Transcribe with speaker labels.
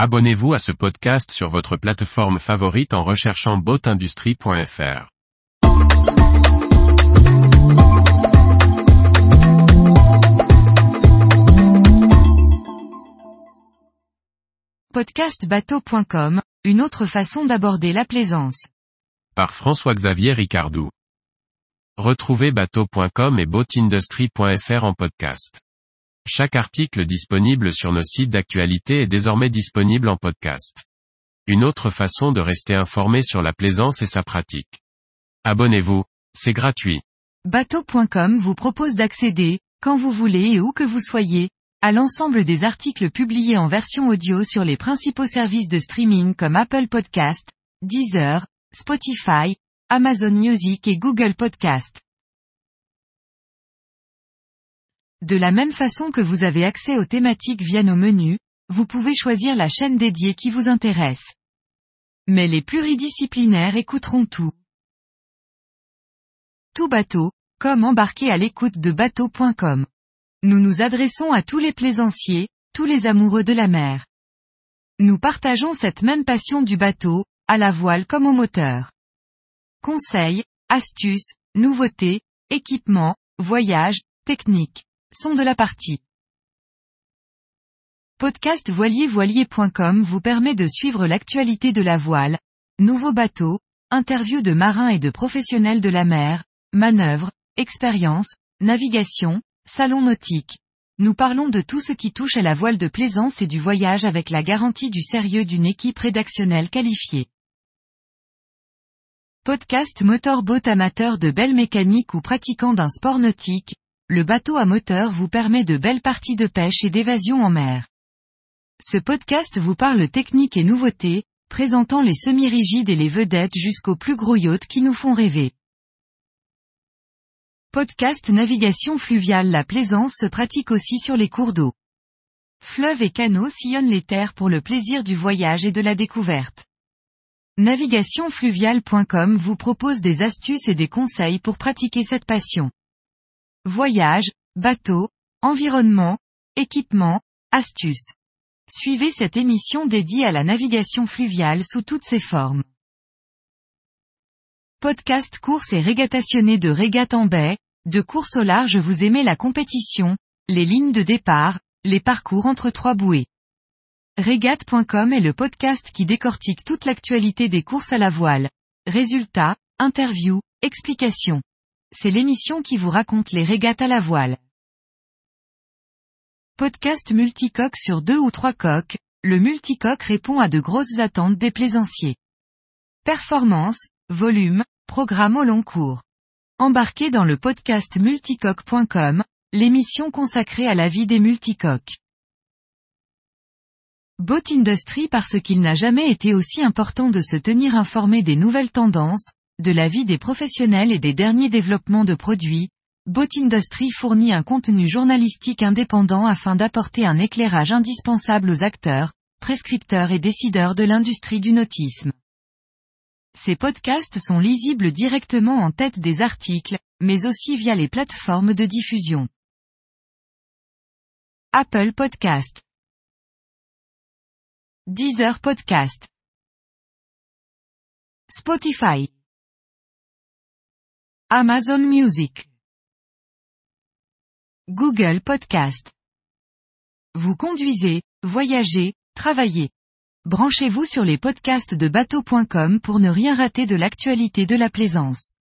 Speaker 1: Abonnez-vous à ce podcast sur votre plateforme favorite en recherchant boatindustrie.fr.
Speaker 2: Podcastbateau.com, une autre façon d'aborder la plaisance.
Speaker 1: Par François-Xavier Ricardou. Retrouvez bateau.com et boatindustrie.fr en podcast. Chaque article disponible sur nos sites d'actualité est désormais disponible en podcast. Une autre façon de rester informé sur la plaisance et sa pratique. Abonnez-vous, c'est gratuit.
Speaker 2: Bateau.com vous propose d'accéder, quand vous voulez et où que vous soyez, à l'ensemble des articles publiés en version audio sur les principaux services de streaming comme Apple Podcast, Deezer, Spotify, Amazon Music et Google Podcast. De la même façon que vous avez accès aux thématiques via nos menus, vous pouvez choisir la chaîne dédiée qui vous intéresse. Mais les pluridisciplinaires écouteront tout. Tout bateau, comme embarquer à l'écoute de bateau.com. Nous nous adressons à tous les plaisanciers, tous les amoureux de la mer. Nous partageons cette même passion du bateau, à la voile comme au moteur. Conseils, astuces, nouveautés, équipements, voyages, techniques, sont de la partie. Podcast voilier-voilier.com vous permet de suivre l'actualité de la voile, nouveaux bateaux, interviews de marins et de professionnels de la mer, manœuvres, expériences, navigation, salon nautique. Nous parlons de tout ce qui touche à la voile de plaisance et du voyage avec la garantie du sérieux d'une équipe rédactionnelle qualifiée. Podcast motorboat amateur de belle mécanique ou pratiquant d'un sport nautique, le bateau à moteur vous permet de belles parties de pêche et d'évasion en mer. Ce podcast vous parle technique et nouveautés, présentant les semi-rigides et les vedettes jusqu'aux plus gros yachts qui nous font rêver. Podcast navigation fluviale. La plaisance se pratique aussi sur les cours d'eau. Fleuves et canaux sillonnent les terres pour le plaisir du voyage et de la découverte. Navigationfluviale.com vous propose des astuces et des conseils pour pratiquer cette passion. Voyage, bateau, environnement, équipement, astuces. Suivez cette émission dédiée à la navigation fluviale sous toutes ses formes. Podcast course et régatationné de régate en baie, de course au large. Vous aimez la compétition, les lignes de départ, les parcours entre trois bouées. Régate.com est le podcast qui décortique toute l'actualité des courses à la voile. Résultats, interviews, explications. C'est l'émission qui vous raconte les régates à la voile. Podcast multicoque sur 2 ou 3 coques, le multicoque répond à de grosses attentes des plaisanciers. Performance, volume, programme au long cours. Embarquez dans le podcast multicoque.com, l'émission consacrée à la vie des multicoques. Boat Industry parce qu'il n'a jamais été aussi important de se tenir informé des nouvelles tendances, de la vie des professionnels et des derniers développements de produits. Boat Industry fournit un contenu journalistique indépendant afin d'apporter un éclairage indispensable aux acteurs, prescripteurs et décideurs de l'industrie du nautisme. Ces podcasts sont lisibles directement en tête des articles, mais aussi via les plateformes de diffusion. Apple Podcast, Deezer Podcast, Spotify, Amazon Music, Google Podcast. Vous conduisez, voyagez, travaillez. Branchez-vous sur les podcasts de bateau.com pour ne rien rater de l'actualité de la plaisance.